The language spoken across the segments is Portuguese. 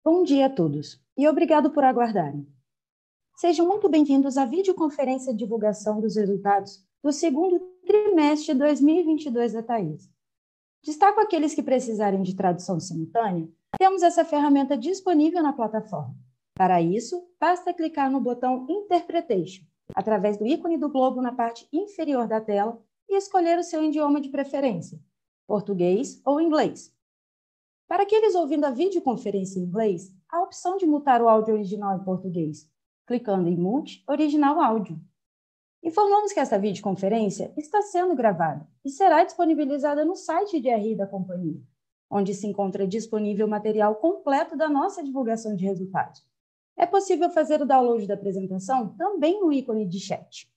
Bom dia a todos e obrigado por aguardarem. Sejam muito bem-vindos à videoconferência de divulgação dos resultados do segundo trimestre de 2022 da Taesa. Destaco aqueles que precisarem de tradução simultânea, temos essa ferramenta disponível na plataforma. Para isso, basta clicar no botão Interpretation, através do ícone do globo na parte inferior da tela e escolher o seu idioma de preferência, português ou inglês. Para aqueles ouvindo a videoconferência em inglês, há a opção de mutar o áudio original em português, clicando em Mute Original Áudio. Informamos que esta videoconferência está sendo gravada e será disponibilizada no site de RI da companhia, onde se encontra disponível o material completo da nossa divulgação de resultados. É possível fazer o download da apresentação também no ícone de chat.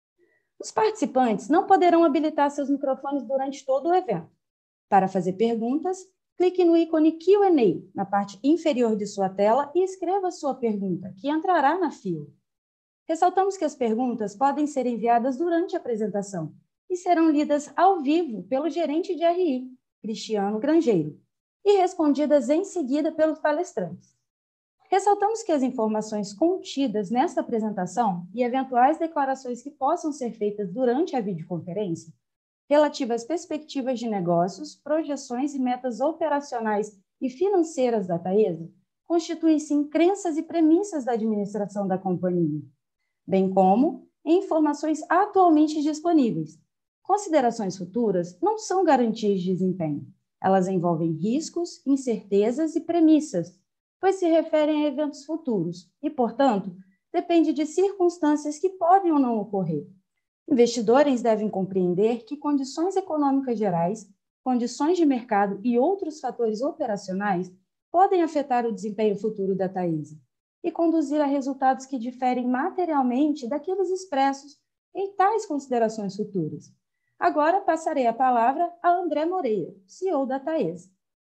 Os participantes não poderão habilitar seus microfones durante todo o evento. Para fazer perguntas, clique no ícone Q&A na parte inferior de sua tela e escreva sua pergunta, que entrará na fila. Ressaltamos que as perguntas podem ser enviadas durante a apresentação e serão lidas ao vivo pelo gerente de RI, Cristiano Grangeiro, e respondidas em seguida pelos palestrantes. Ressaltamos que as informações contidas nesta apresentação e eventuais declarações que possam ser feitas durante a videoconferência relativas às perspectivas de negócios, projeções e metas operacionais e financeiras da Taesa, constituem-se em crenças e premissas da administração da companhia, bem como em informações atualmente disponíveis. Considerações futuras não são garantias de desempenho. Elas envolvem riscos, incertezas e premissas, pois se referem a eventos futuros e, portanto, depende de circunstâncias que podem ou não ocorrer. Investidores devem compreender que condições econômicas gerais, condições de mercado e outros fatores operacionais podem afetar o desempenho futuro da Taesa e conduzir a resultados que diferem materialmente daqueles expressos em tais considerações futuras. Agora passarei a palavra a André Moreira, CEO da Taesa.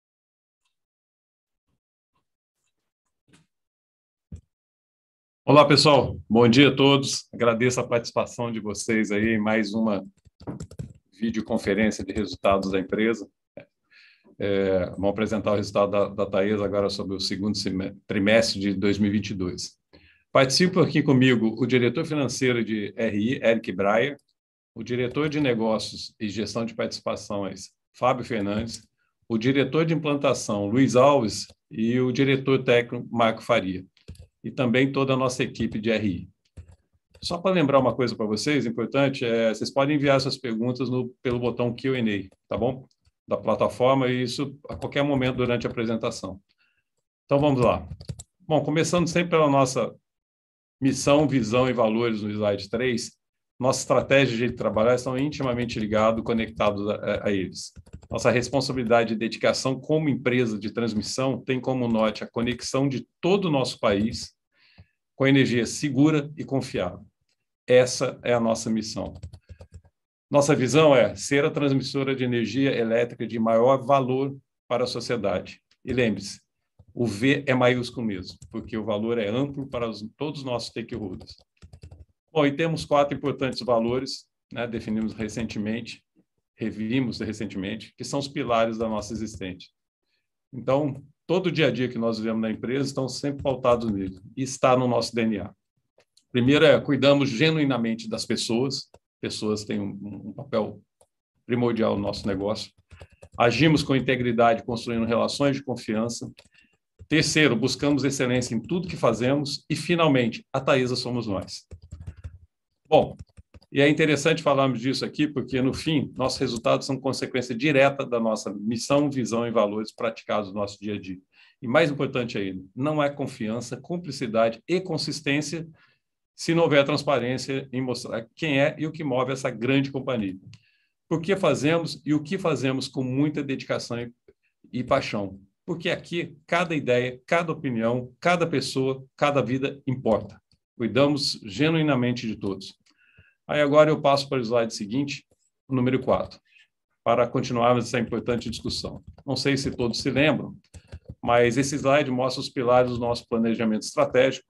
Olá, pessoal. Bom dia a todos. Agradeço a participação de vocês aí em mais uma videoconferência de resultados da empresa. Vamos apresentar o resultado da Taesa agora sobre o segundo trimestre de 2022. Participa aqui comigo o diretor financeiro de RI, Eric Braia, o diretor de negócios e gestão de participações, Fábio Fernandes, o diretor de implantação, Luiz Alves, e o diretor técnico, Marco Faria. E também toda a nossa equipe de RI. Só para lembrar uma coisa para vocês, importante, vocês podem enviar suas perguntas pelo botão Q&A, tá bom? Da plataforma, e isso a qualquer momento durante a apresentação. Então, vamos lá. Bom, começando sempre pela nossa missão, visão e valores no slide 3, nossa estratégia e jeito de trabalhar estão intimamente ligados, conectados a eles. Nossa responsabilidade e dedicação como empresa de transmissão tem como norte a conexão de todo o nosso país com energia segura e confiável. Essa é a nossa missão. Nossa visão é ser a transmissora de energia elétrica de maior valor para a sociedade. E lembre-se, o V é maiúsculo mesmo, porque o valor é amplo para todos os nossos stakeholders. Bom, e temos 4 importantes valores, né, definimos recentemente, revimos recentemente, que são os pilares da nossa existência. Então, todo o dia a dia que nós vivemos na empresa estão sempre pautados nele, e está no nosso DNA. Primeiro cuidamos genuinamente das pessoas, pessoas têm um papel primordial no nosso negócio. Agimos com integridade, construindo relações de confiança. Terceiro, buscamos excelência em tudo que fazemos. E, finalmente, a Taesa somos nós. Bom, e é interessante falarmos disso aqui, porque, no fim, nossos resultados são consequência direta da nossa missão, visão e valores praticados no nosso dia a dia. E, mais importante ainda, não é confiança, cumplicidade e consistência se não houver transparência em mostrar quem é e o que move essa grande companhia. Por que fazemos e o que fazemos com muita dedicação e paixão? Porque aqui, cada ideia, cada opinião, cada pessoa, cada vida importa. Cuidamos genuinamente de todos. Aí agora eu passo para o slide seguinte, o número 4, para continuarmos essa importante discussão. Não sei se todos se lembram, mas esse slide mostra os pilares do nosso planejamento estratégico,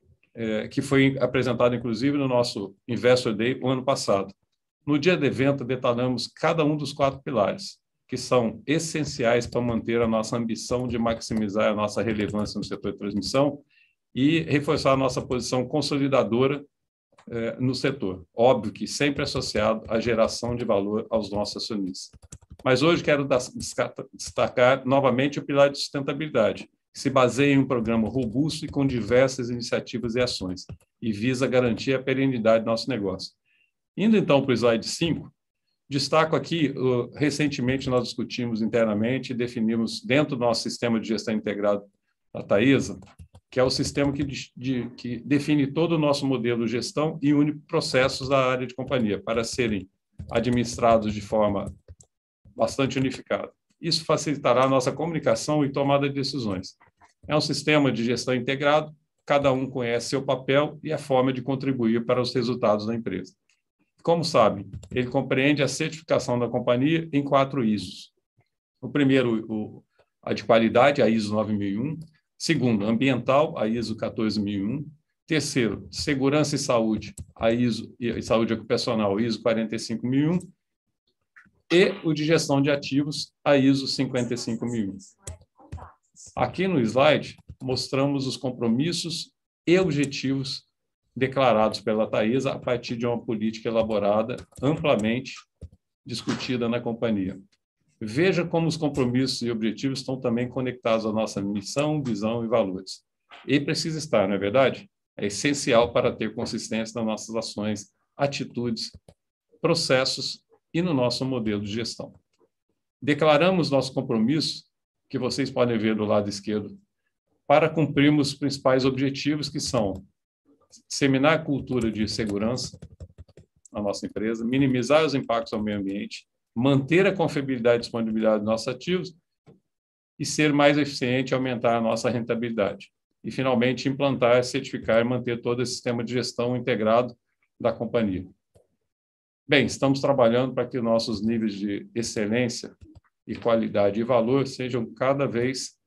que foi apresentado, inclusive, no nosso Investor Day o ano passado. No dia do evento, detalhamos cada um dos 4 pilares. que são essenciais para manter a nossa ambição de maximizar a nossa relevância no setor de transmissão e reforçar a nossa posição consolidadora no setor. Óbvio que sempre associado à geração de valor aos nossos acionistas. Mas hoje quero destacar novamente o pilar de sustentabilidade, que se baseia em um programa robusto e com diversas iniciativas e ações, e visa garantir a perenidade do nosso negócio. Indo então para o slide 5, destaco aqui, recentemente nós discutimos internamente e definimos dentro do nosso sistema de gestão integrado da Taesa, que é o sistema que define todo o nosso modelo de gestão e une processos da área de companhia para serem administrados de forma bastante unificada. Isso facilitará a nossa comunicação e tomada de decisões. É um sistema de gestão integrado, cada um conhece seu papel e a forma de contribuir para os resultados da empresa. Como sabem, ele compreende a certificação da companhia em 4 ISOs. O primeiro, a de qualidade, a ISO 9001. Segundo, ambiental, a ISO 14001. Terceiro, segurança e saúde, a ISO e saúde ocupacional, ISO 45001. E o de gestão de ativos, a ISO 55001. Aqui no slide, mostramos os compromissos e objetivos declarados pela Taesa a partir de uma política elaborada, amplamente discutida na companhia. Veja como os compromissos e objetivos estão também conectados à nossa missão, visão e valores. E precisa estar, não é verdade? É essencial para ter consistência nas nossas ações, atitudes, processos e no nosso modelo de gestão. Declaramos nosso compromisso, que vocês podem ver do lado esquerdo, para cumprirmos os principais objetivos, que são disseminar a cultura de segurança na nossa empresa, minimizar os impactos ao meio ambiente, manter a confiabilidade e disponibilidade dos nossos ativos e ser mais eficiente e aumentar a nossa rentabilidade. E, finalmente, implantar, certificar e manter todo esse sistema de gestão integrado da companhia. Bem, estamos trabalhando para que nossos níveis de excelência e qualidade e valor sejam cada vez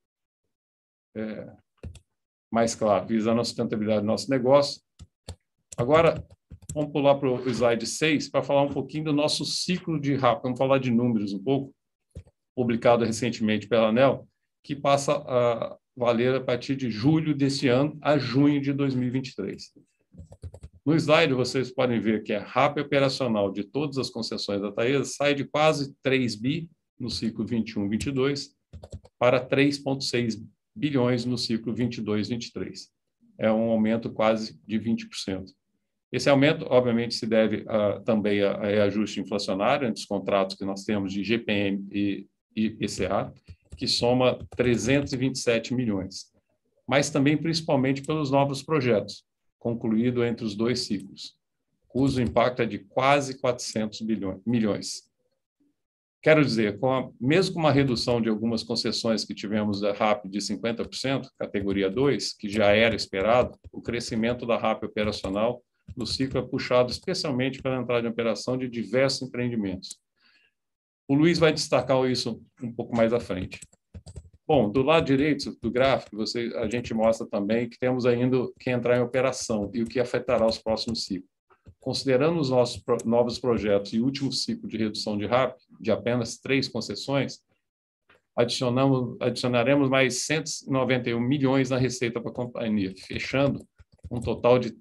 mais claros, visando a sustentabilidade do nosso negócio. Agora, vamos pular para o slide 6 para falar um pouquinho do nosso ciclo de RAP. Vamos falar de números um pouco, publicado recentemente pela ANEEL, que passa a valer a partir de julho desse ano a junho de 2023. No slide, vocês podem ver que a RAP operacional de todas as concessões da Taesa sai de quase 3 bi no ciclo 21-22 para 3,6 bilhões no ciclo 22-23. É um aumento quase de 20%. Esse aumento, obviamente, se deve também a reajuste inflacionário entre os contratos que nós temos de GPM e IPCA, que soma 327 milhões, mas também principalmente pelos novos projetos, concluído entre os 2 ciclos, cujo impacto é de quase 400 milhões. Quero dizer, mesmo com uma redução de algumas concessões que tivemos da RAP de 50%, categoria 2, que já era esperado, o crescimento da RAP operacional no ciclo é puxado especialmente pela entrada em operação de diversos empreendimentos. O Luiz vai destacar isso um pouco mais à frente. Bom, do lado direito do gráfico, a gente mostra também que temos ainda que entrar em operação e o que afetará os próximos ciclos. Considerando os nossos novos projetos e o último ciclo de redução de RAP, de apenas 3 concessões, adicionaremos mais 191 milhões na receita para a companhia, fechando um total de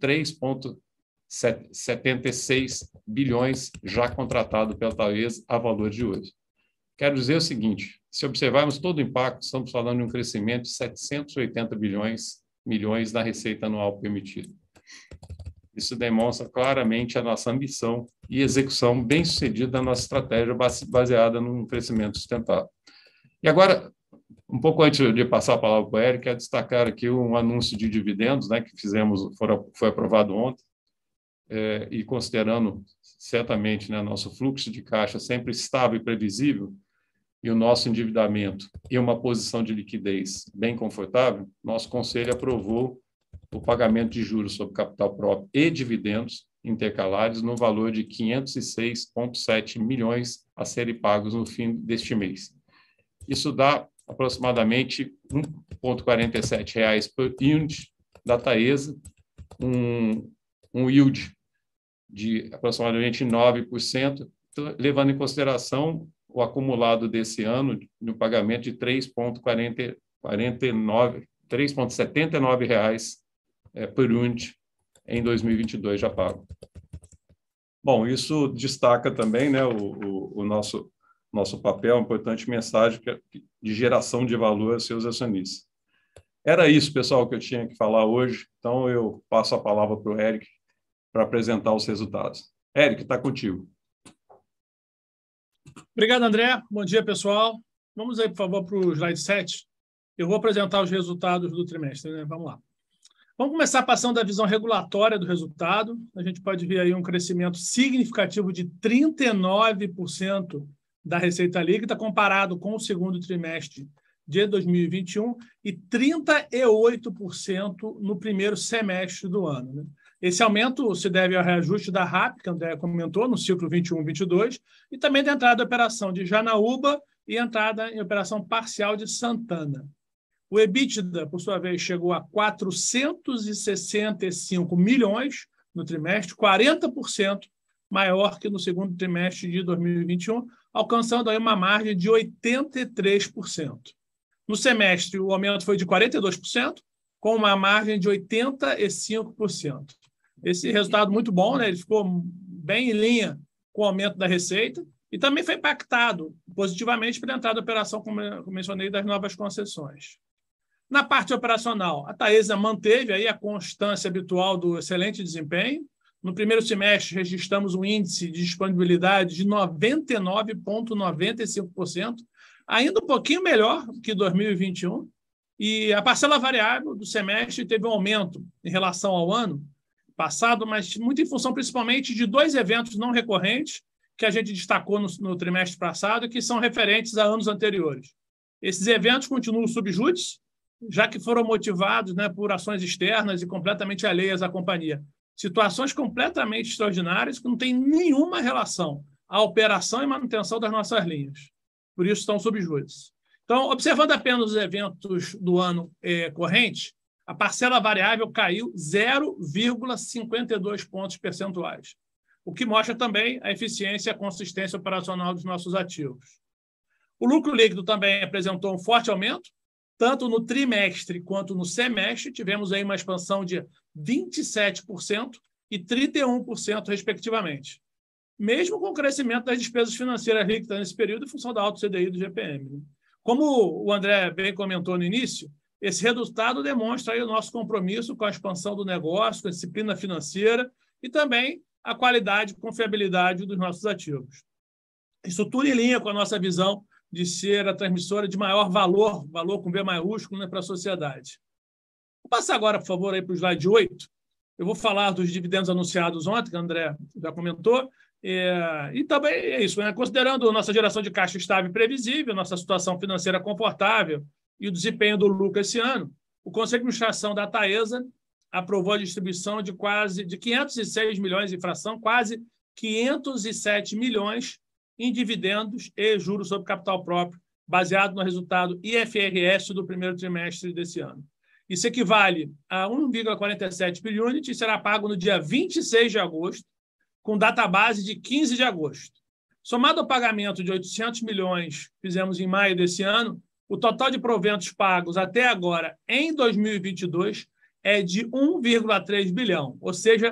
3,76 bilhões já contratado pela Taesa a valor de hoje. Quero dizer o seguinte, se observarmos todo o impacto, estamos falando de um crescimento de 780 milhões na receita anual permitida. Isso demonstra claramente a nossa ambição e execução bem-sucedida da nossa estratégia baseada num crescimento sustentável. E agora, um pouco antes de passar a palavra para o Eric, quero destacar aqui um anúncio de dividendos, né, que fizemos, foi aprovado ontem, e considerando certamente, né, nosso fluxo de caixa sempre estável e previsível, e o nosso endividamento e uma posição de liquidez bem confortável, nosso conselho aprovou o pagamento de juros sobre capital próprio e dividendos intercalares no valor de 506,7 milhões a serem pagos no fim deste mês. Isso dá aproximadamente R$ 1,47 por unit da Taesa, um yield de aproximadamente 9%, levando em consideração o acumulado desse ano no pagamento de R$ 3,79 por unidade em 2022 já pago. Bom, isso destaca também, né, o nosso papel, uma importante mensagem de geração de valor aos seus acionistas. Era isso, pessoal, que eu tinha que falar hoje. Então, eu passo a palavra para o Eric para apresentar os resultados. Eric, está contigo. Obrigado, André. Bom dia, pessoal. Vamos aí, por favor, para o slide 7. Eu vou apresentar os resultados do trimestre, né? Vamos lá. Vamos começar passando da visão regulatória do resultado. A gente pode ver aí um crescimento significativo de 39% da receita líquida comparado com o segundo trimestre de 2021 e 38% no primeiro semestre do ano, né? Esse aumento se deve ao reajuste da RAP, que o André comentou, no ciclo 21-22, e também da entrada da operação de Janaúba e entrada em operação parcial de Santana. O EBITDA, por sua vez, chegou a 465 milhões no trimestre, 40% maior que no segundo trimestre de 2021, alcançando aí uma margem de 83%. No semestre, o aumento foi de 42%, com uma margem de 85%. Esse resultado muito bom, né? Ele ficou bem em linha com o aumento da receita e também foi impactado positivamente pela entrada da operação, como eu mencionei, das novas concessões. Na parte operacional, a Taesa manteve aí a constância habitual do excelente desempenho. No primeiro semestre, registramos um índice de disponibilidade de 99,95%, ainda um pouquinho melhor que 2021. E a parcela variável do semestre teve um aumento em relação ao ano passado, mas muito em função principalmente de dois eventos não recorrentes que a gente destacou no trimestre passado e que são referentes a anos anteriores. Esses eventos continuam sob júdice, já que foram motivados, né, por ações externas e completamente alheias à companhia. Situações completamente extraordinárias que não têm nenhuma relação à operação e manutenção das nossas linhas. Por isso estão sob júdice. Então, observando apenas os eventos do ano corrente, a parcela variável caiu 0,52 pontos percentuais, o que mostra também a eficiência e a consistência operacional dos nossos ativos. O lucro líquido também apresentou um forte aumento, tanto no trimestre quanto no semestre. Tivemos aí uma expansão de 27% e 31%, respectivamente, mesmo com o crescimento das despesas financeiras líquidas nesse período em função da alta CDI do GPM. Como o André bem comentou no início, esse resultado demonstra aí o nosso compromisso com a expansão do negócio, com a disciplina financeira e também a qualidade e confiabilidade dos nossos ativos. Isso tudo em linha com a nossa visão de ser a transmissora de maior valor, valor com V maiúsculo, né, para a sociedade. Vou passar agora, por favor, para o slide 8. Eu vou falar dos dividendos anunciados ontem, que o André já comentou, e também é isso, né? Considerando nossa geração de caixa estável e previsível, nossa situação financeira confortável e o desempenho do lucro esse ano, o Conselho de Administração da Taesa aprovou a distribuição de quase 506 milhões em fração, quase 507 milhões em dividendos e juros sobre capital próprio, baseado no resultado IFRS do primeiro trimestre desse ano. Isso equivale a 1,47 per unit e será pago no dia 26 de agosto, com database de 15 de agosto. Somado ao pagamento de 800 milhões que fizemos em maio desse ano, o total de proventos pagos até agora, em 2022, é de 1,3 bilhão, ou seja,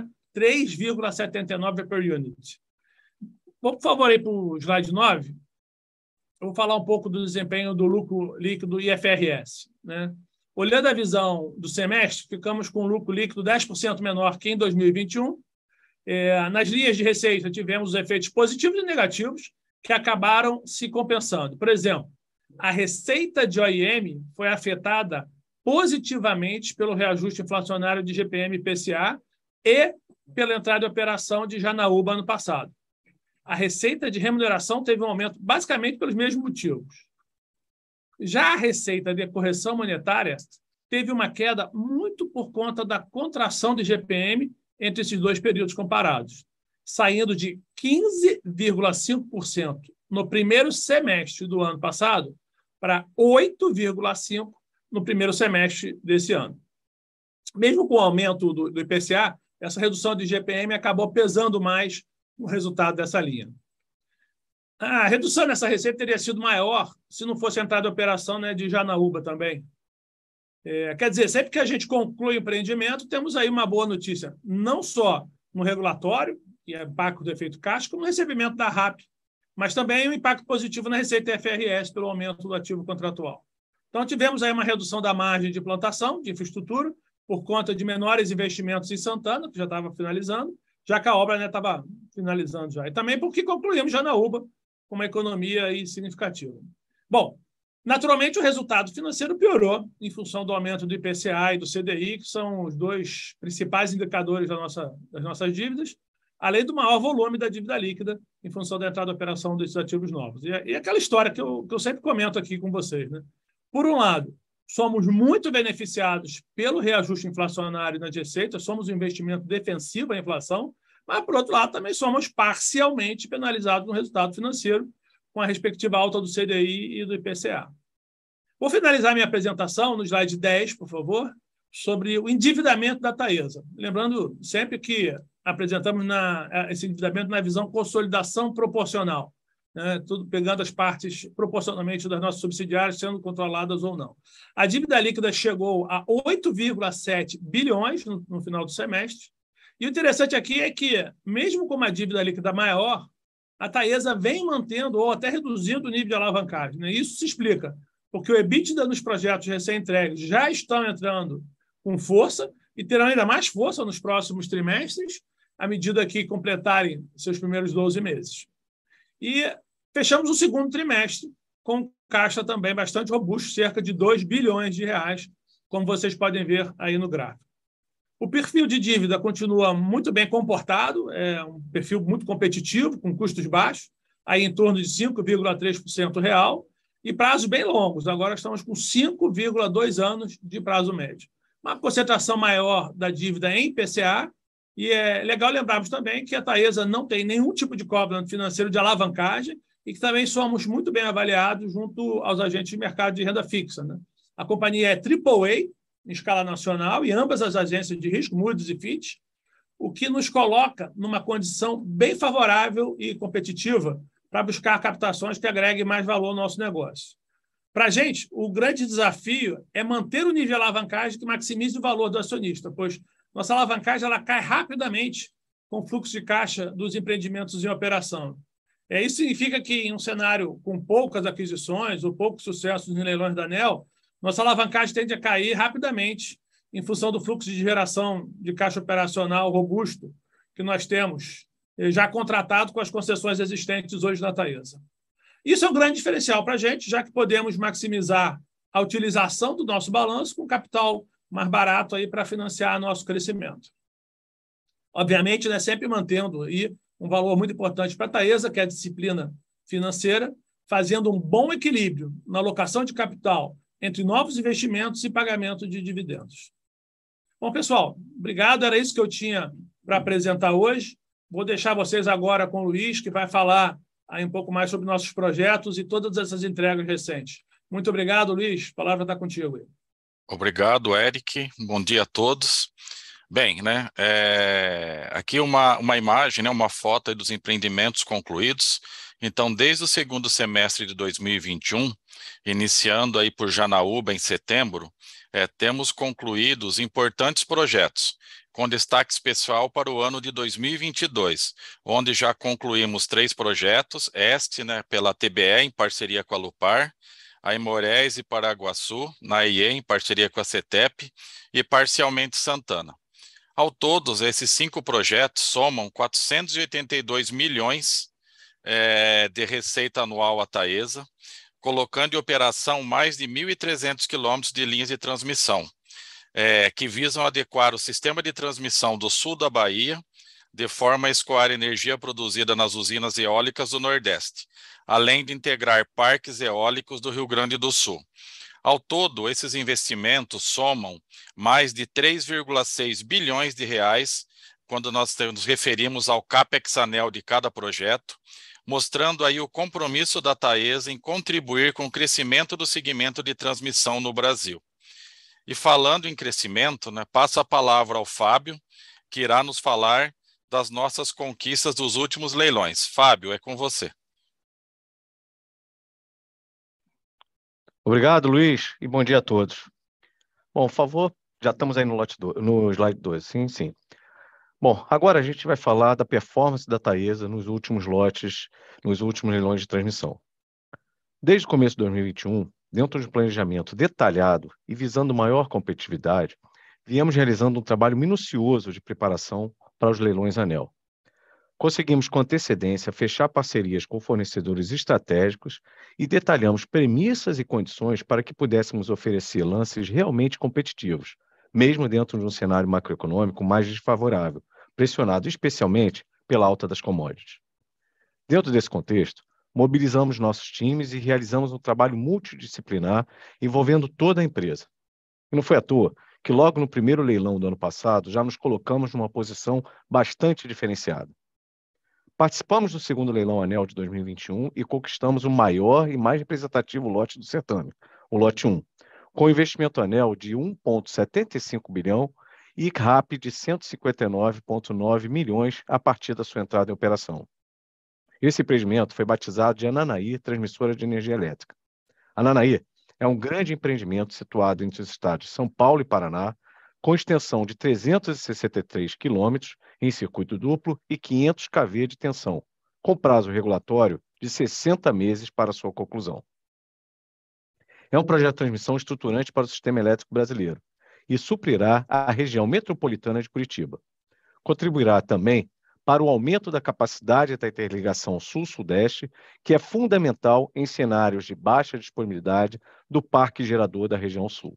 3,79 per unit. Por favor, aí para o slide 9. Eu vou falar um pouco do desempenho do lucro líquido IFRS, né? Olhando a visão do semestre, ficamos com um lucro líquido 10% menor que em 2021. Nas linhas de receita, tivemos os efeitos positivos e negativos que acabaram se compensando. Por exemplo, a receita de OIM foi afetada positivamente pelo reajuste inflacionário de GPM e IPCA e pela entrada em operação de Janaúba ano passado. A receita de remuneração teve um aumento basicamente pelos mesmos motivos. Já a receita de correção monetária teve uma queda muito por conta da contração de GPM entre esses dois períodos comparados, saindo de 15,5% no primeiro semestre do ano passado para 8,5% no primeiro semestre desse ano. Mesmo com o aumento do IPCA, essa redução de GPM acabou pesando mais no resultado dessa linha. A redução nessa receita teria sido maior se não fosse a entrada em operação, né, de Janaúba também. Quer dizer, sempre que a gente conclui o empreendimento, temos aí uma boa notícia, não só no regulatório, que é impacto do efeito caixa, como no recebimento da RAP, mas também um impacto positivo na receita FRS pelo aumento do ativo contratual. Então, tivemos aí uma redução da margem de implantação, de infraestrutura, por conta de menores investimentos em Santana, que já estava finalizando, já que a obra estava finalizando já. E também porque concluímos Janaúba com uma economia aí significativa. Bom, naturalmente, o resultado financeiro piorou em função do aumento do IPCA e do CDI, que são os dois principais indicadores das nossas dívidas, além do maior volume da dívida líquida em função da entrada em operação desses ativos novos. E aquela história que eu sempre comento aqui com vocês, né? Por um lado, somos muito beneficiados pelo reajuste inflacionário nas receitas, somos um investimento defensivo à inflação, mas, por outro lado, também somos parcialmente penalizados no resultado financeiro, com a respectiva alta do CDI e do IPCA. Vou finalizar minha apresentação no slide 10, por favor, sobre o endividamento da Taesa. Lembrando sempre que apresentamos esse endividamento na visão consolidação proporcional, né? Tudo pegando as partes proporcionalmente das nossas subsidiárias, sendo controladas ou não. A dívida líquida chegou a 8,7 bilhões no final do semestre. E o interessante aqui é que, mesmo com uma dívida líquida maior, a Taesa vem mantendo ou até reduzindo o nível de alavancagem, né? Isso se explica porque o EBITDA nos projetos recém-entregues já estão entrando com força e terão ainda mais força nos próximos trimestres, à medida que completarem seus primeiros 12 meses. E fechamos o segundo trimestre com caixa também bastante robusto, cerca de 2 bilhões de reais, como vocês podem ver aí no gráfico. O perfil de dívida continua muito bem comportado, é um perfil muito competitivo, com custos baixos, aí em torno de 5,3% real, e prazos bem longos. Agora estamos com 5,2 anos de prazo médio. Uma concentração maior da dívida em IPCA, e é legal lembrarmos também que a Taesa não tem nenhum tipo de covenant financeiro de alavancagem e que também somos muito bem avaliados junto aos agentes de mercado de renda fixa, né? A companhia é AAA, em escala nacional, e ambas as agências de risco, Moody's e Fitch, o que nos coloca numa condição bem favorável e competitiva para buscar captações que agreguem mais valor ao nosso negócio. Para a gente, o grande desafio é manter o nível de alavancagem que maximize o valor do acionista, pois nossa alavancagem ela cai rapidamente com o fluxo de caixa dos empreendimentos em operação. Isso significa que, em um cenário com poucas aquisições ou poucos sucessos em leilões da ANEEL, nossa alavancagem tende a cair rapidamente em função do fluxo de geração de caixa operacional robusto que nós temos já contratado com as concessões existentes hoje na Taesa. Isso é um grande diferencial para a gente, já que podemos maximizar a utilização do nosso balanço com capital mais barato aí para financiar nosso crescimento. Obviamente, né, sempre mantendo aí um valor muito importante para a Taesa, que é a disciplina financeira, fazendo um bom equilíbrio na alocação de capital entre novos investimentos e pagamento de dividendos. Bom, pessoal, obrigado. Era isso que eu tinha para apresentar hoje. Vou deixar vocês agora com o Luiz, que vai falar aí um pouco mais sobre nossos projetos e todas essas entregas recentes. Muito obrigado, Luiz. A palavra está contigo. Obrigado, Eric. Bom dia a todos. Bem, né, aqui uma imagem, né, uma foto aí dos empreendimentos concluídos. Então, desde o segundo semestre de 2021, iniciando aí por Janaúba em setembro, temos concluído os importantes projetos, com destaque especial para o ano de 2022, onde já concluímos 3 projetos, né, pela TBE, em parceria com a Lupar, a Imorés e Paraguaçu, na IE, em parceria com a CETEP, e parcialmente Santana. Ao todo, esses 5 projetos somam 482 milhões de receita anual à Taesa, colocando em operação mais de 1.300 quilômetros de linhas de transmissão, que visam adequar o sistema de transmissão do sul da Bahia, de forma a escoar energia produzida nas usinas eólicas do Nordeste, além de integrar parques eólicos do Rio Grande do Sul. Ao todo, esses investimentos somam mais de 3,6 bilhões de reais, quando nós nos referimos ao CAPEX ANEEL de cada projeto, mostrando aí o compromisso da Taesa em contribuir com o crescimento do segmento de transmissão no Brasil. E falando em crescimento, né, passo a palavra ao Fábio, que irá nos falar das nossas conquistas dos últimos leilões. Fábio, é com você. Obrigado, Luiz, e bom dia a todos. Bom, por favor, já estamos aí no slide 2, sim, sim. Bom, agora a gente vai falar da performance da Taesa nos últimos lotes, nos últimos leilões de transmissão. Desde o começo de 2021, dentro de um planejamento detalhado e visando maior competitividade, viemos realizando um trabalho minucioso de preparação para os leilões ANEEL. Conseguimos com antecedência fechar parcerias com fornecedores estratégicos e detalhamos premissas e condições para que pudéssemos oferecer lances realmente competitivos, mesmo dentro de um cenário macroeconômico mais desfavorável, pressionado especialmente pela alta das commodities. Dentro desse contexto, mobilizamos nossos times e realizamos um trabalho multidisciplinar envolvendo toda a empresa. E não foi à toa que logo no primeiro leilão do ano passado já nos colocamos numa posição bastante diferenciada. Participamos do segundo leilão ANEEL de 2021 e conquistamos o maior e mais representativo lote do certame, o lote 1, com investimento ANEEL de 1,75 bilhão e RAP de 159,9 milhões a partir da sua entrada em operação. Esse empreendimento foi batizado de Ananaí Transmissora de Energia Elétrica. Ananaí é um grande empreendimento situado entre os estados de São Paulo e Paraná, com extensão de 363 quilômetros em circuito duplo e 500 kV de tensão, com prazo regulatório de 60 meses para sua conclusão. É um projeto de transmissão estruturante para o sistema elétrico brasileiro e suprirá a região metropolitana de Curitiba. Contribuirá também para o aumento da capacidade da interligação sul-sudeste, que é fundamental em cenários de baixa disponibilidade do parque gerador da região sul.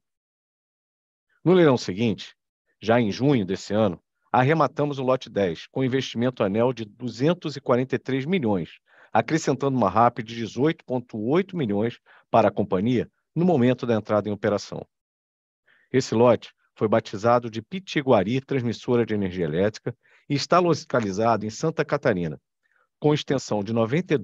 No leilão seguinte, já em junho desse ano, arrematamos o lote 10, com investimento ANEEL de 243 milhões, acrescentando uma RAP de 18,8 milhões para a companhia no momento da entrada em operação. Esse lote foi batizado de Pitiguari Transmissora de Energia Elétrica e está localizado em Santa Catarina, com extensão de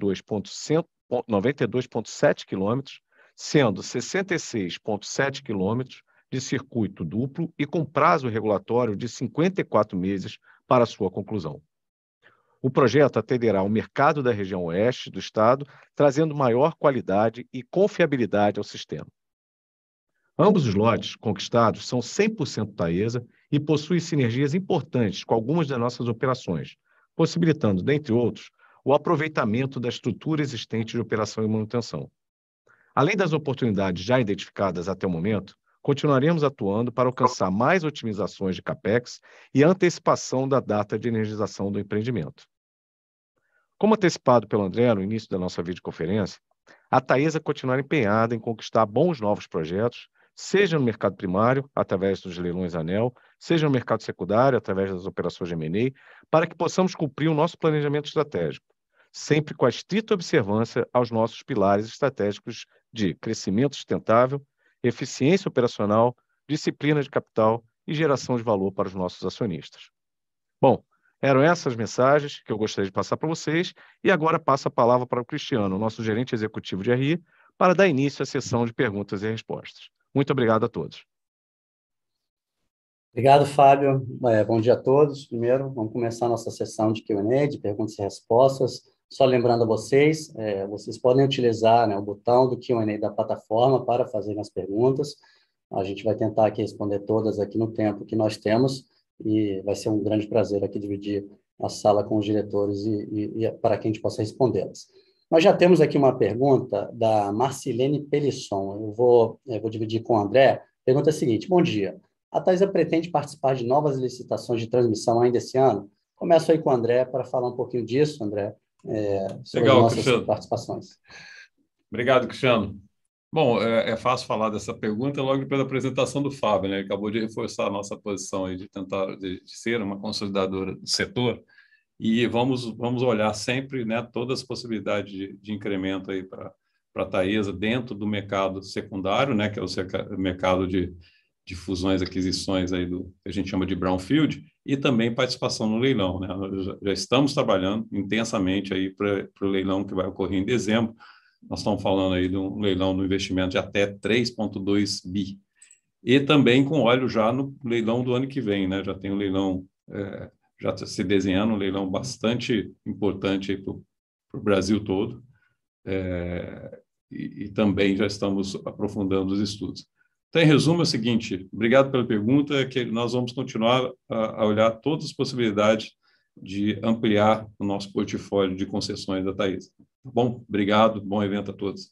92,7 quilômetros, sendo 66,7 quilômetros de circuito duplo e com prazo regulatório de 54 meses para sua conclusão. O projeto atenderá ao mercado da região oeste do estado, trazendo maior qualidade e confiabilidade ao sistema. Ambos os lotes conquistados são 100% Taesa e possuem sinergias importantes com algumas das nossas operações, possibilitando, dentre outros, o aproveitamento da estrutura existente de operação e manutenção. Além das oportunidades já identificadas até o momento, continuaremos atuando para alcançar mais otimizações de CAPEX e antecipação da data de energização do empreendimento. Como antecipado pelo André no início da nossa videoconferência, a Taesa continuará empenhada em conquistar bons novos projetos, seja no mercado primário, através dos leilões ANEEL, seja no mercado secundário, através das operações de M&A, para que possamos cumprir o nosso planejamento estratégico, sempre com a estrita observância aos nossos pilares estratégicos de crescimento sustentável, eficiência operacional, disciplina de capital e geração de valor para os nossos acionistas. Bom, eram essas mensagens que eu gostaria de passar para vocês e agora passo a palavra para o Cristiano, nosso gerente executivo de RI, para dar início à sessão de perguntas e respostas. Muito obrigado a todos. Obrigado, Fábio. Bom dia a todos. Primeiro, vamos começar a nossa sessão de Q&A, de perguntas e respostas. Só lembrando a vocês, vocês podem utilizar, né, o botão do Q&A da plataforma para fazer as perguntas. A gente vai tentar aqui responder todas aqui no tempo que nós temos e vai ser um grande prazer aqui dividir a sala com os diretores e para que a gente possa respondê-las. Nós já temos aqui uma pergunta da Marcilene Pelisson. Eu vou dividir com o André. Pergunta é a seguinte: bom dia. A Taesa pretende participar de novas licitações de transmissão ainda esse ano? Começo aí com o André para falar um pouquinho disso, André, sobre as nossas participações. Obrigado, Cristiano. Bom, é fácil falar dessa pergunta logo pela apresentação do Fábio, né? Ele acabou de reforçar a nossa posição aí de tentar de ser uma consolidadora do setor e vamos olhar sempre, né, todas as possibilidades de incremento aí para a Taesa dentro do mercado secundário, né, que é o mercado de fusões, aquisições aí do que a gente chama de brownfield, e também participação no leilão, né? Nós já estamos trabalhando intensamente aí para o leilão que vai ocorrer em dezembro. Nós estamos falando aí de um leilão no investimento de até 3,2 bi. E também com olho já no leilão do ano que vem, né? Já tem um leilão, já se desenhando um leilão bastante importante para o Brasil todo. e também já estamos aprofundando os estudos. Então, em resumo, é o seguinte, obrigado pela pergunta, que nós vamos continuar a olhar todas as possibilidades de ampliar o nosso portfólio de concessões da Taesa. Tá bom? Obrigado, bom evento a todos.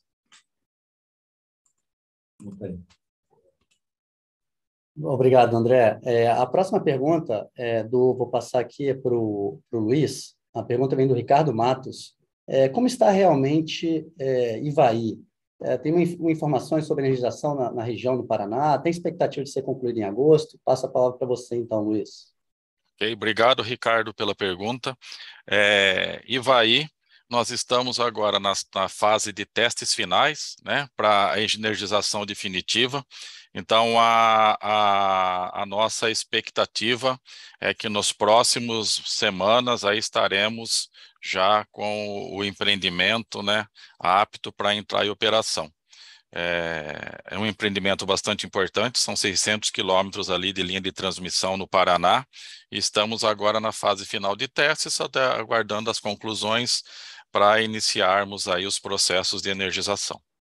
Obrigado, André. A próxima pergunta vou passar aqui para o Luiz. A pergunta vem do Ricardo Matos. Como está realmente Ivaí? Tem informações sobre a legislação na região do Paraná? Tem expectativa de ser concluída em agosto? Passo a palavra para você, então, Luiz. Ok, obrigado, Ricardo, pela pergunta. Ivaí, nós estamos agora na fase de testes finais, né, para a energização definitiva. Então, a nossa expectativa é que nos próximos semanas aí estaremos já com o empreendimento, né, apto para entrar em operação. É um empreendimento bastante importante, são 600 quilômetros ali de linha de transmissão no Paraná, e estamos agora na fase final de testes, até aguardando as conclusões para iniciarmos aí os processos de energização.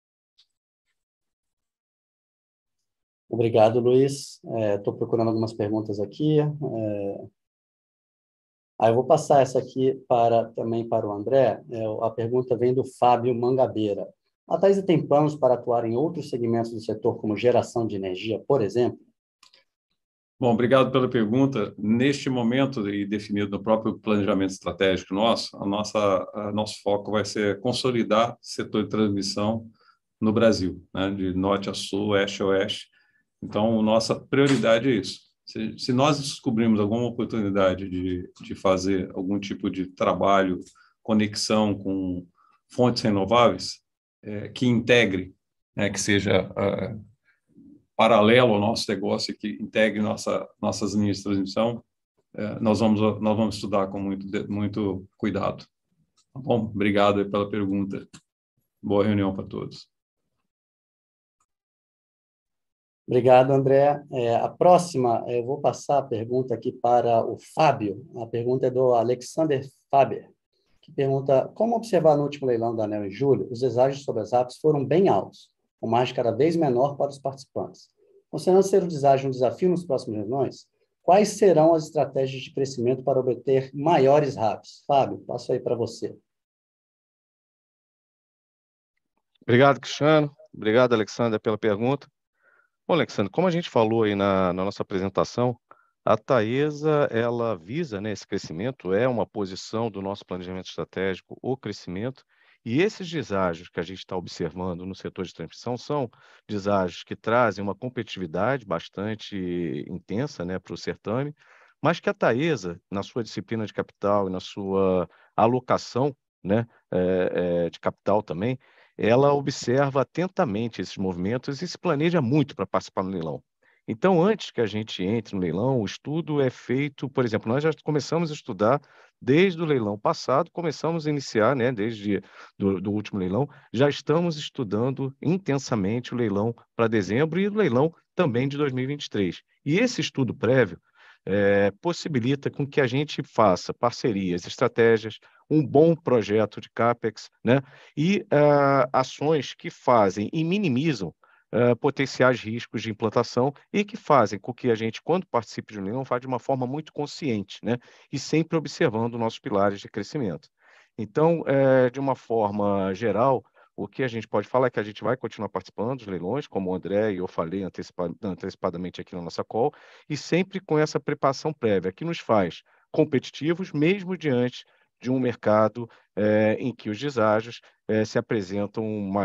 Obrigado, Luiz. Estou procurando algumas perguntas aqui. Eu vou passar essa aqui também para o André. A pergunta vem do Fábio Mangabeira. A Taesa tem planos para atuar em outros segmentos do setor, como geração de energia, por exemplo? Bom, obrigado pela pergunta. Neste momento, e definido no próprio planejamento estratégico nosso foco vai ser consolidar o setor de transmissão no Brasil, né, de norte a sul, oeste a oeste. Então, nossa prioridade é isso. Se nós descobrirmos alguma oportunidade de fazer algum tipo de trabalho, conexão com fontes renováveis, que integre, né, que seja paralelo ao nosso negócio, que integre nossas linhas de transmissão, nós vamos estudar com muito cuidado. Tá bom? Obrigado aí pela pergunta. Boa reunião para todos. Obrigado, André. A próxima, eu vou passar a pergunta aqui para o Fábio. A pergunta é do Alexander Faber, que pergunta: como observar no último leilão da ANEEL em julho, os deságios sobre as RAPs foram bem altos, com margem cada vez menor para os participantes. Considerando ser o deságio um desafio nos próximos leilões, quais serão as estratégias de crescimento para obter maiores RAPs? Fábio, passo aí para você. Obrigado, Cristiano. Obrigado, Alexander, pela pergunta. Bom, Alexandre, como a gente falou aí na nossa apresentação, a Taesa, ela visa, né, esse crescimento, é uma posição do nosso planejamento estratégico, o crescimento, e esses deságios que a gente está observando no setor de transmissão são deságios que trazem uma competitividade bastante intensa, né, para o certame, mas que a Taesa, na sua disciplina de capital e na sua alocação, né, de capital também, ela observa atentamente esses movimentos e se planeja muito para participar do leilão. Então, antes que a gente entre no leilão, o estudo é feito, por exemplo, nós já começamos a estudar desde o leilão passado, começamos a iniciar, né, desde do último leilão, já estamos estudando intensamente o leilão para dezembro e o leilão também de 2023. E esse estudo prévio possibilita com que a gente faça parcerias, estratégias, um bom projeto de CAPEX, né? E ações que fazem e minimizam potenciais riscos de implantação e que fazem com que a gente, quando participe de um leilão, faça de uma forma muito consciente, né? E sempre observando nossos pilares de crescimento. Então, de uma forma geral, o que a gente pode falar é que a gente vai continuar participando dos leilões, como o André e eu falei antecipadamente aqui na nossa call, e sempre com essa preparação prévia, que nos faz competitivos, mesmo diante de um mercado em que os deságios se apresentam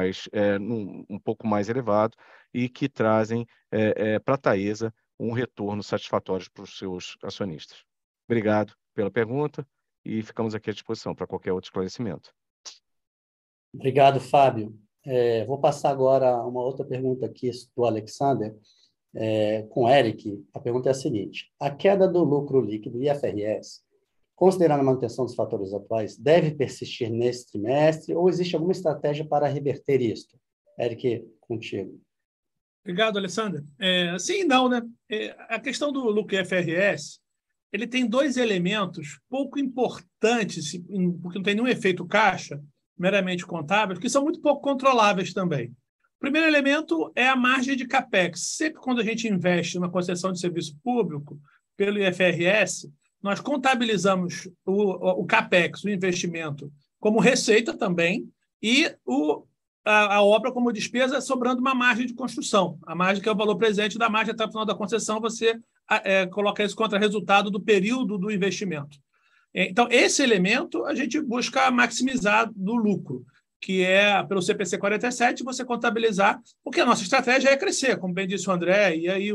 um pouco mais elevado e que trazem para a Taesa um retorno satisfatório para os seus acionistas. Obrigado pela pergunta e ficamos aqui à disposição para qualquer outro esclarecimento. Obrigado, Fábio. Vou passar agora uma outra pergunta aqui do Alexander, com o Eric. A pergunta é a seguinte: a queda do lucro líquido IFRS, considerando a manutenção dos fatores atuais, deve persistir nesse trimestre ou existe alguma estratégia para reverter isto? Eric, contigo. Obrigado, Alessandra. Sim e não, né? A questão do lucro IFRS, ele tem dois elementos pouco importantes, porque não tem nenhum efeito caixa, meramente contábeis, que são muito pouco controláveis também. O primeiro elemento é a margem de CAPEX. Sempre quando a gente investe numa concessão de serviço público, pelo IFRS, nós contabilizamos o CAPEX, o investimento, como receita também, e a obra como despesa, sobrando uma margem de construção. A margem que é o valor presente da margem até o final da concessão, você coloca isso contra resultado do período do investimento. Então, esse elemento a gente busca maximizar do lucro, que é, pelo CPC 47, você contabilizar, porque a nossa estratégia é crescer, como bem disse o André e aí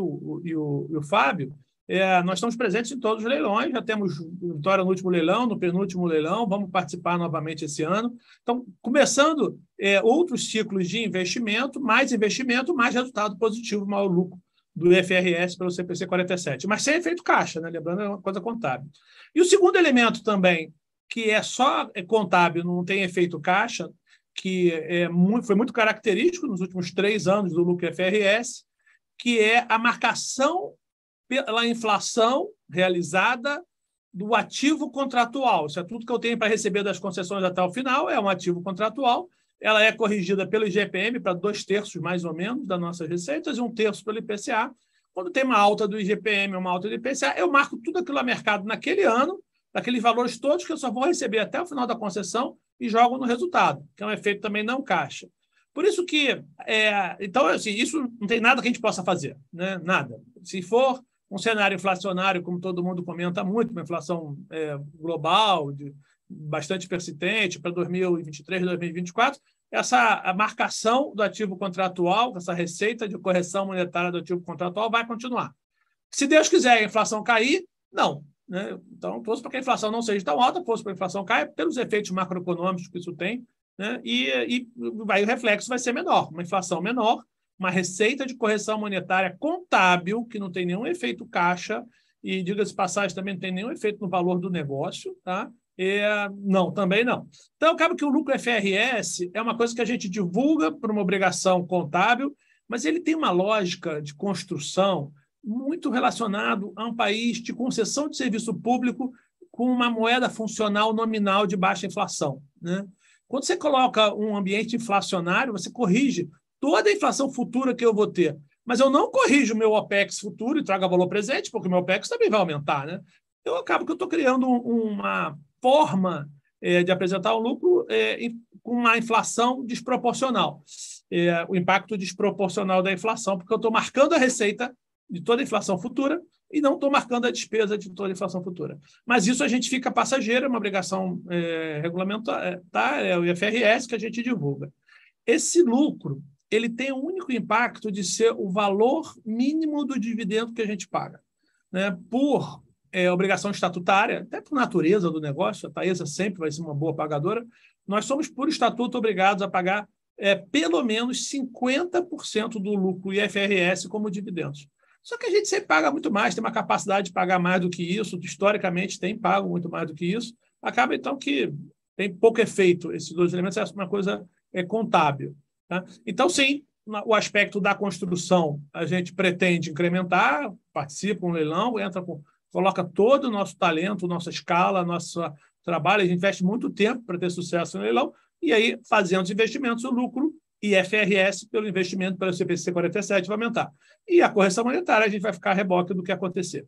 o Fábio. Nós estamos presentes em todos os leilões, já temos vitória no último leilão, no penúltimo leilão, vamos participar novamente esse ano. Então, começando outros ciclos de investimento, mais resultado positivo, maior lucro do IFRS pelo CPC 47, mas sem efeito caixa, né? Lembrando, é uma coisa contábil. E o segundo elemento também, que é só contábil, não tem efeito caixa, que foi muito característico nos últimos 3 anos do lucro IFRS, que é a marcação pela inflação realizada do ativo contratual. Isso é tudo que eu tenho para receber das concessões até o final, é um ativo contratual. Ela é corrigida pelo IGPM para 2/3, mais ou menos, das nossas receitas, e 1/3 pelo IPCA. Quando tem uma alta do IGPM ou uma alta do IPCA, eu marco tudo aquilo a mercado naquele ano, daqueles valores todos que eu só vou receber até o final da concessão e jogo no resultado, que é um efeito também não caixa. Por isso que, então, assim, isso não tem nada que a gente possa fazer, né? Nada. Se for um cenário inflacionário, como todo mundo comenta muito, uma inflação global, bastante persistente para 2023, 2024, a marcação do ativo contratual, essa receita de correção monetária do ativo contratual vai continuar. Se Deus quiser a inflação cair, não. Né? Então, torço para que a inflação não seja tão alta, torço para que a inflação caia, pelos efeitos macroeconômicos que isso tem, né? E o reflexo vai ser menor, uma inflação menor, uma receita de correção monetária contábil, que não tem nenhum efeito caixa, e, diga-se de passagem, também não tem nenhum efeito no valor do negócio, tá? Não, também não. Então, acaba que o lucro FRS é uma coisa que a gente divulga por uma obrigação contábil, mas ele tem uma lógica de construção muito relacionado a um país de concessão de serviço público com uma moeda funcional nominal de baixa inflação, né? Quando você coloca um ambiente inflacionário, você corrige toda a inflação futura que eu vou ter, mas eu não corrijo o meu OPEX futuro e trago valor presente, porque o meu OPEX também vai aumentar, né? Eu acabo que eu estou criando uma forma de apresentar o lucro com uma inflação desproporcional. O impacto desproporcional da inflação, porque eu estou marcando a receita de toda a inflação futura e não estou marcando a despesa de toda a inflação futura. Mas isso a gente fica passageiro, é uma obrigação regulamentar, é o IFRS que a gente divulga. Esse lucro, ele tem o único impacto de ser o valor mínimo do dividendo que a gente paga, né? Por obrigação estatutária, até por natureza do negócio, a Taesa sempre vai ser uma boa pagadora, nós somos, por estatuto, obrigados a pagar pelo menos 50% do lucro IFRS como dividendos. Só que a gente sempre paga muito mais, tem uma capacidade de pagar mais do que isso, historicamente tem pago muito mais do que isso, acaba então que tem pouco efeito, esses dois elementos, é uma coisa contábil. Tá? Então, sim, o aspecto da construção a gente pretende incrementar, participa um leilão, coloca todo o nosso talento, nossa escala, nosso trabalho, a gente investe muito tempo para ter sucesso no leilão, e aí, fazendo os investimentos, o lucro IFRS pelo investimento pelo CPC 47 vai aumentar. E a correção monetária, a gente vai ficar a reboque do que acontecer.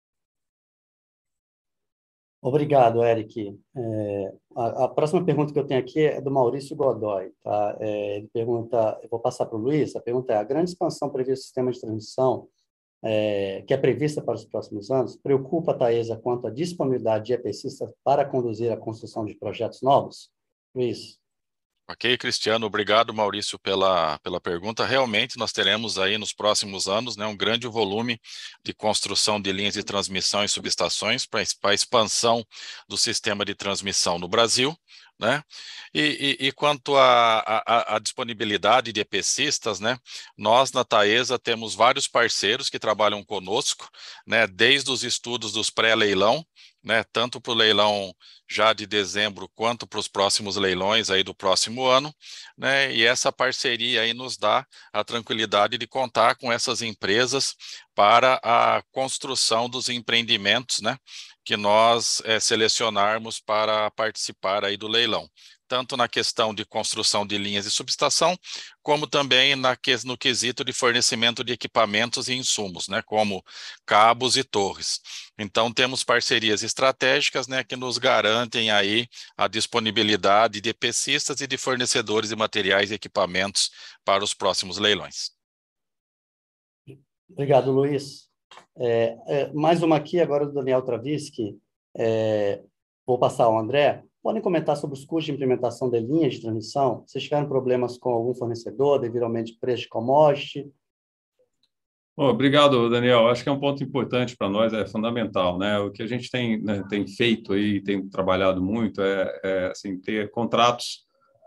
Obrigado, Eric. A próxima pergunta que eu tenho aqui é do Maurício Godoy. Tá? Ele pergunta, eu vou passar para o Luiz, a pergunta é: a grande expansão prevista no sistema de transmissão, que é prevista para os próximos anos, preocupa a Taesa quanto à disponibilidade de EPCistas para conduzir a construção de projetos novos? Luiz. Ok, Cristiano, obrigado, Maurício, pela pergunta. Realmente, nós teremos aí nos próximos anos, né, um grande volume de construção de linhas de transmissão e subestações para a expansão do sistema de transmissão no Brasil, né? E quanto à disponibilidade de EPCistas, né, nós na Taesa temos vários parceiros que trabalham conosco, né, desde os estudos dos pré-leilão, né, tanto para o leilão já de dezembro quanto para os próximos leilões aí do próximo ano, né, e essa parceria aí nos dá a tranquilidade de contar com essas empresas para a construção dos empreendimentos, né, que nós selecionarmos para participar aí do leilão. tanto na questão de construção de linhas de subestação, como também no quesito de fornecimento de equipamentos e insumos, né, como cabos e torres. Então, temos parcerias estratégicas, né, que nos garantem aí a disponibilidade de EPCistas e de fornecedores de materiais e equipamentos para os próximos leilões. Obrigado, Luiz. Mais uma aqui, agora do Daniel Travisky. Vou passar ao André. Podem comentar sobre os custos de implementação de linhas de transmissão? Vocês tiveram problemas com algum fornecedor devido ao aumento de preço de commodity? Obrigado, Daniel. Acho que é um ponto importante para nós, é fundamental, né? O que a gente tem, né, tem feito aí, tem trabalhado muito, assim, ter contratos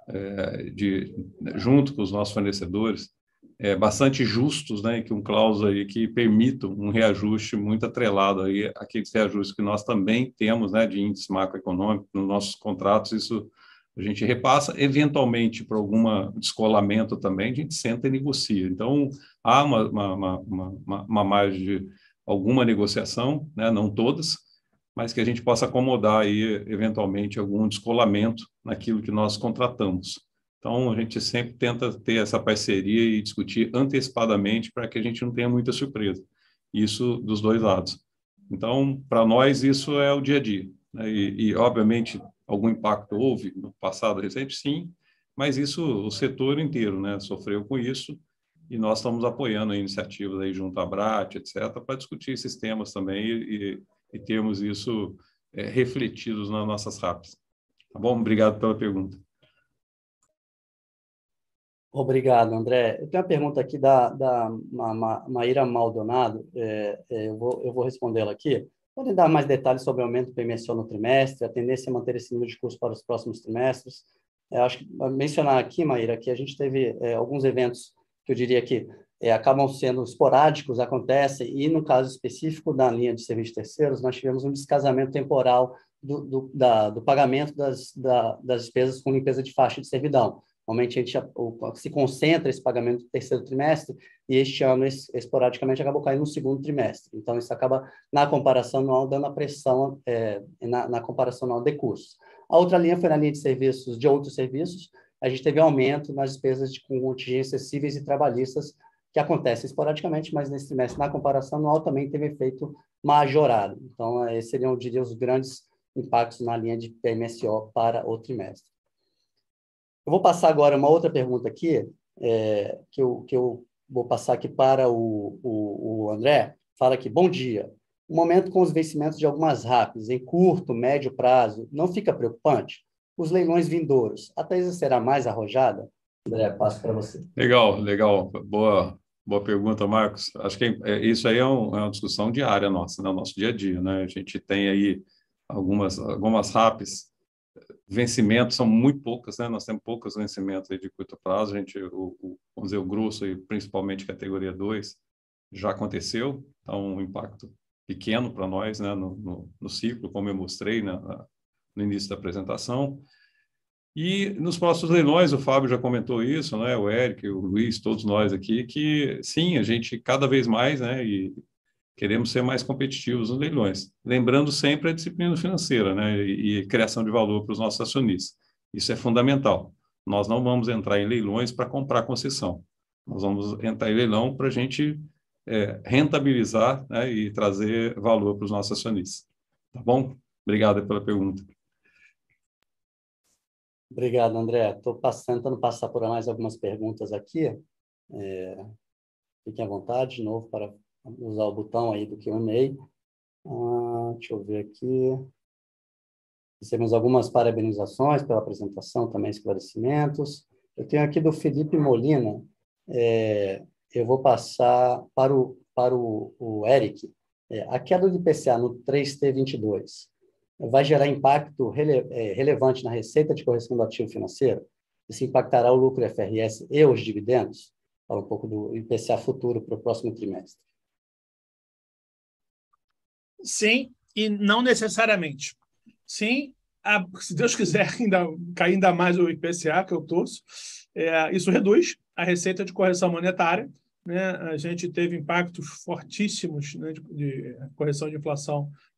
junto com os nossos fornecedores, bastante justos, né? Que cláusula aí que permitam um reajuste muito atrelado aí àqueles reajustes que nós também temos, né? De índice macroeconômico nos nossos contratos. Isso a gente repassa, eventualmente, por algum descolamento também, a gente senta e negocia. Então, há uma margem de alguma negociação, né? Não todas, mas que a gente possa acomodar aí, eventualmente, algum descolamento naquilo que nós contratamos. Então, a gente sempre tenta ter essa parceria e discutir antecipadamente para que a gente não tenha muita surpresa. Isso dos dois lados. Então, para nós, isso é o dia a dia, né? Obviamente, algum impacto houve no passado recente, sim, mas isso o setor inteiro, né, sofreu com isso, e nós estamos apoiando iniciativas aí junto à ABRAT, etc., para discutir esses temas também e termos isso refletidos nas nossas RAPs. Tá bom? Obrigado pela pergunta. Obrigado, André. Eu tenho uma pergunta aqui da Maíra Maldonado, eu vou respondê-la aqui. Podem dar mais detalhes sobre o aumento do PMSO no trimestre, a tendência é manter esse nível de custo para os próximos trimestres? Acho que mencionar aqui, Maíra, que a gente teve alguns eventos que eu diria que acabam sendo esporádicos, acontecem, e no caso específico da linha de serviços terceiros, nós tivemos um descasamento temporal do pagamento das despesas com limpeza de faixa de servidão. Normalmente, a gente se concentra esse pagamento no terceiro trimestre e este ano, esporadicamente, acabou caindo no segundo trimestre. Então, isso acaba, na comparação anual, dando a pressão na comparação anual de custos. A outra linha foi na linha de serviços, de outros serviços. A gente teve aumento nas despesas com contingências cíveis e trabalhistas, que acontece esporadicamente, mas nesse trimestre, na comparação anual, também teve efeito majorado. Então, esses seriam, eu diria, os grandes impactos na linha de PMSO para o trimestre. Eu vou passar agora uma outra pergunta aqui, que eu vou passar aqui para o André. Fala aqui, bom dia. O momento com os vencimentos de algumas RAPs em curto, médio prazo, não fica preocupante? Os leilões vindouros, a Taesa será mais arrojada? André, passo para você. Legal. Boa pergunta, Marcos. Acho que isso aí é uma discussão diária nossa, né? No nosso dia a dia, né? A gente tem aí algumas RAPs, vencimentos são muito poucas, né? Nós temos poucos vencimentos aí de curto prazo. Vamos dizer, o grosso, e principalmente categoria 2, já aconteceu, então um impacto pequeno para nós, né? No ciclo, como eu mostrei no início da apresentação. E nos próximos leilões, o Fábio já comentou isso, né? O Eric, o Luiz, todos nós aqui, que sim, a gente cada vez mais, né? E queremos ser mais competitivos nos leilões. Lembrando sempre a disciplina financeira, né? E criação de valor para os nossos acionistas. Isso é fundamental. Nós não vamos entrar em leilões para comprar concessão. Nós vamos entrar em leilão para a gente rentabilizar, né? E trazer valor para os nossos acionistas. Tá bom? Obrigado pela pergunta. Obrigado, André. Estou tentando passar por mais algumas perguntas aqui. Fiquem à vontade, de novo, para usar o botão aí do Q&A. Deixa eu ver aqui. Recebemos algumas parabenizações pela apresentação, também esclarecimentos. Eu tenho aqui do Felipe Molina. Eu vou passar para o Eric. A queda do IPCA no 3T22 vai gerar impacto relevante na receita de correção do ativo financeiro? Isso impactará o lucro FRS e os dividendos? Fala um pouco do IPCA futuro para o próximo trimestre. Sim, e não necessariamente. Sim, se Deus quiser cair ainda mais o IPCA, que eu torço, isso reduz a receita de correção monetária, né? A gente teve impactos fortíssimos, né, de correção de inflação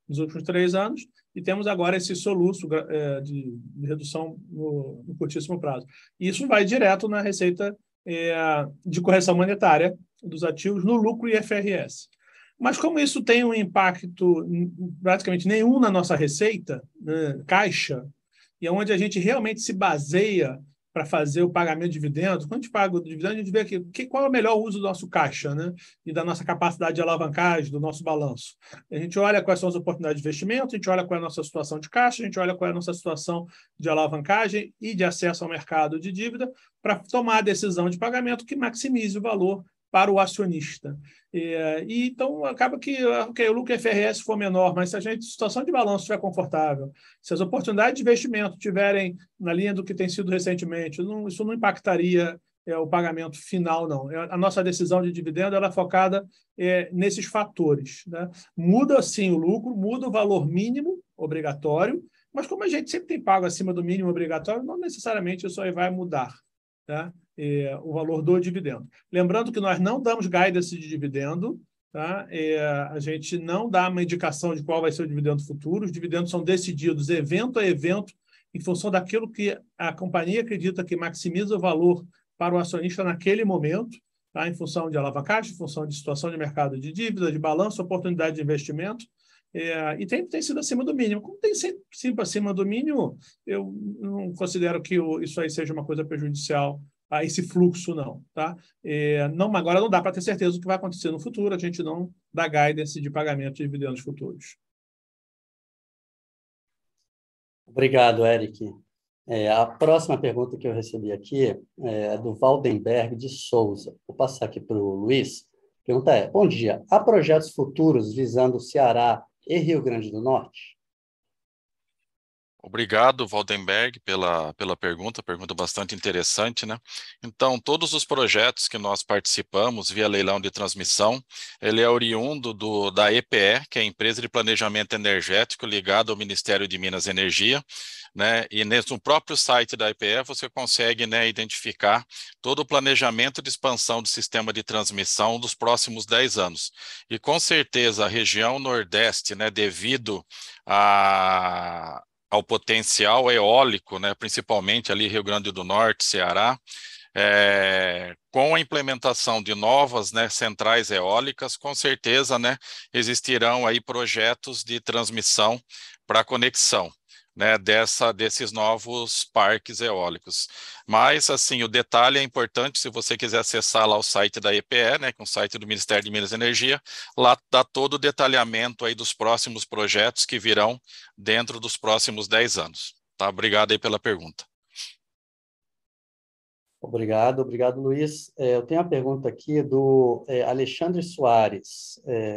nos últimos 3 anos, e temos agora esse soluço de redução no curtíssimo prazo. Isso vai direto na receita de correção monetária dos ativos no lucro IFRS. Mas como isso tem um impacto praticamente nenhum na nossa receita, né, caixa, e é onde a gente realmente se baseia para fazer o pagamento de dividendos, quando a gente paga o dividendo, a gente vê aqui qual é o melhor uso do nosso caixa, né? E da nossa capacidade de alavancagem, do nosso balanço. A gente olha quais são as oportunidades de investimento, a gente olha qual é a nossa situação de caixa, a gente olha qual é a nossa situação de alavancagem e de acesso ao mercado de dívida para tomar a decisão de pagamento que maximize o valor para o acionista. Então, acaba que o lucro IFRS for menor, mas se a situação de balanço estiver confortável, se as oportunidades de investimento estiverem na linha do que tem sido recentemente, isso não impactaria o pagamento final, não. A nossa decisão de dividendo ela é focada nesses fatores, né? Muda, sim, o lucro, muda o valor mínimo obrigatório, mas como a gente sempre tem pago acima do mínimo obrigatório, não necessariamente isso aí vai mudar, tá? O valor do dividendo. Lembrando que nós não damos guidance de dividendo, tá? A gente não dá uma indicação de qual vai ser o dividendo futuro, os dividendos são decididos evento a evento, em função daquilo que a companhia acredita que maximiza o valor para o acionista naquele momento, tá? Em função de alavancagem, em função de situação de mercado de dívida, de balanço, oportunidade de investimento, e tem sido acima do mínimo. Como tem sempre acima do mínimo, eu não considero que isso aí seja uma coisa prejudicial a esse fluxo, não. Tá? Agora não dá para ter certeza do que vai acontecer no futuro, a gente não dá guidance de pagamento de dividendos futuros. Obrigado, Eric. A próxima pergunta que eu recebi aqui é do Valdenberg de Souza. Vou passar aqui para o Luiz. A pergunta é: bom dia, há projetos futuros visando Ceará e Rio Grande do Norte? Obrigado, Valdenberg, pela pergunta bastante interessante, né? Então, todos os projetos que nós participamos via leilão de transmissão, ele é oriundo da EPE, que é a Empresa de Planejamento Energético ligada ao Ministério de Minas e Energia, né? E no próprio site da EPE você consegue, né, identificar todo o planejamento de expansão do sistema de transmissão dos próximos 10 anos. E com certeza a região Nordeste, né, devido ao potencial eólico, né, principalmente ali Rio Grande do Norte, Ceará, com a implementação de novas, né, centrais eólicas, com certeza, né, existirão aí projetos de transmissão para conexão, né, desses novos parques eólicos. Mas, assim, o detalhe é importante, se você quiser acessar lá o site da EPE, né, que é o site do Ministério de Minas e Energia, lá dá todo o detalhamento aí dos próximos projetos que virão dentro dos próximos 10 anos. Tá? Obrigado aí pela pergunta. Obrigado, Luiz. Eu tenho uma pergunta aqui do Alexandre Soares.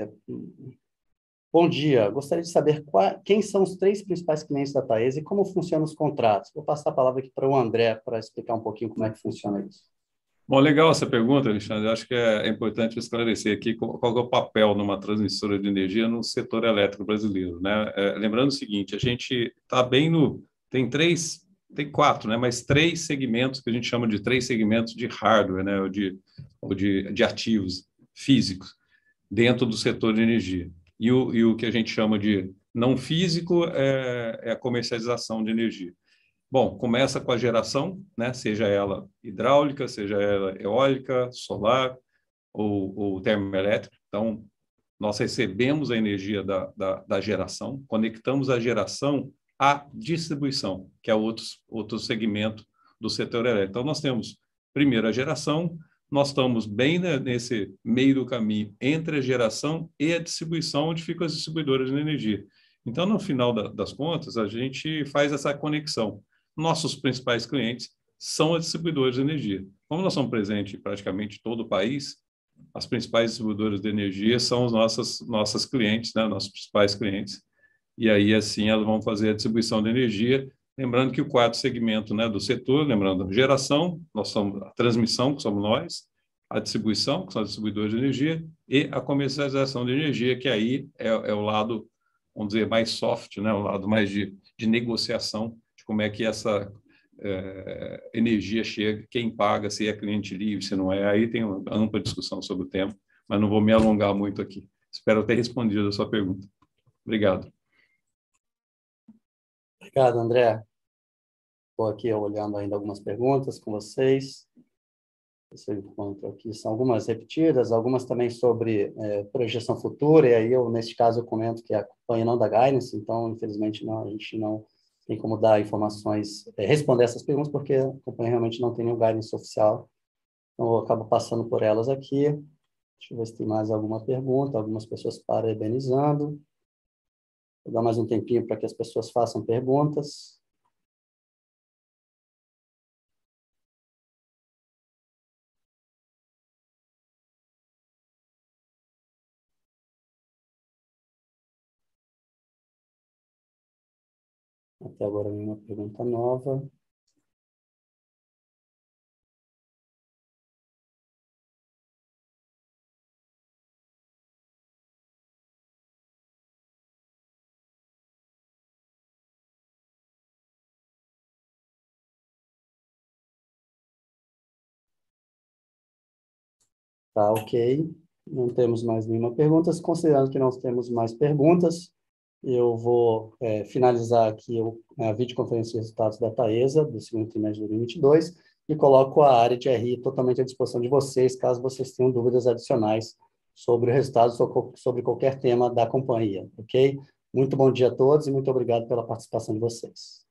Bom dia, gostaria de saber quem são os 3 principais clientes da Taesa e como funcionam os contratos. Vou passar a palavra aqui para o André para explicar um pouquinho como é que funciona isso. Bom, legal essa pergunta, Alexandre. Eu acho que é importante esclarecer aqui qual é o papel numa transmissora de energia no setor elétrico brasileiro, né? Lembrando o seguinte, a gente está bem tem 4, né? Mas 3 segmentos que a gente chama de 3 segmentos de hardware, né? ou de ativos físicos dentro do setor de energia. E o que a gente chama de não físico é a comercialização de energia. Bom, começa com a geração, né? Seja ela hidráulica, seja ela eólica, solar ou termoelétrica. Então, nós recebemos a energia da geração, conectamos a geração à distribuição, que é outro segmento do setor elétrico. Então, nós temos, primeiro, a geração. Nós estamos bem nesse meio do caminho entre a geração e a distribuição, onde ficam as distribuidoras de energia. Então, no final das contas, a gente faz essa conexão. Nossos principais clientes são as distribuidoras de energia. Como nós somos presentes em praticamente todo o país, as principais distribuidoras de energia são os nossas clientes, né, nossos principais clientes. E aí, assim, elas vão fazer a distribuição de energia. Lembrando que o 4º segmento, né, do setor, lembrando a geração, nós somos a transmissão, que somos nós, a distribuição, que são as distribuidoras de energia, e a comercialização de energia, que aí é o lado, vamos dizer, mais soft, né, o lado mais de negociação, de como é que essa energia chega, quem paga, se é cliente livre, se não é. Aí tem uma ampla discussão sobre o tema, mas não vou me alongar muito aqui. Espero ter respondido a sua pergunta. Obrigado. Obrigado, André. Estou aqui olhando ainda algumas perguntas com vocês. Se eu encontro aqui, são algumas repetidas, algumas também sobre projeção futura, e aí eu, neste caso, eu comento que a campanha não dá guidance, então, infelizmente, não, a gente não tem como dar informações, responder essas perguntas, porque a campanha realmente não tem nenhum guidance oficial, então eu acabo passando por elas aqui. Deixa eu ver se tem mais alguma pergunta, algumas pessoas parabenizando. Vou dar mais um tempinho para que as pessoas façam perguntas. Até agora, nenhuma pergunta nova. Tá, ok. Não temos mais nenhuma pergunta. Considerando que não temos mais perguntas, eu vou finalizar aqui a videoconferência de resultados da Taesa, do segundo trimestre de 2022, e coloco a área de RI totalmente à disposição de vocês, caso vocês tenham dúvidas adicionais sobre o resultado, sobre qualquer tema da companhia, ok? Muito bom dia a todos e muito obrigado pela participação de vocês.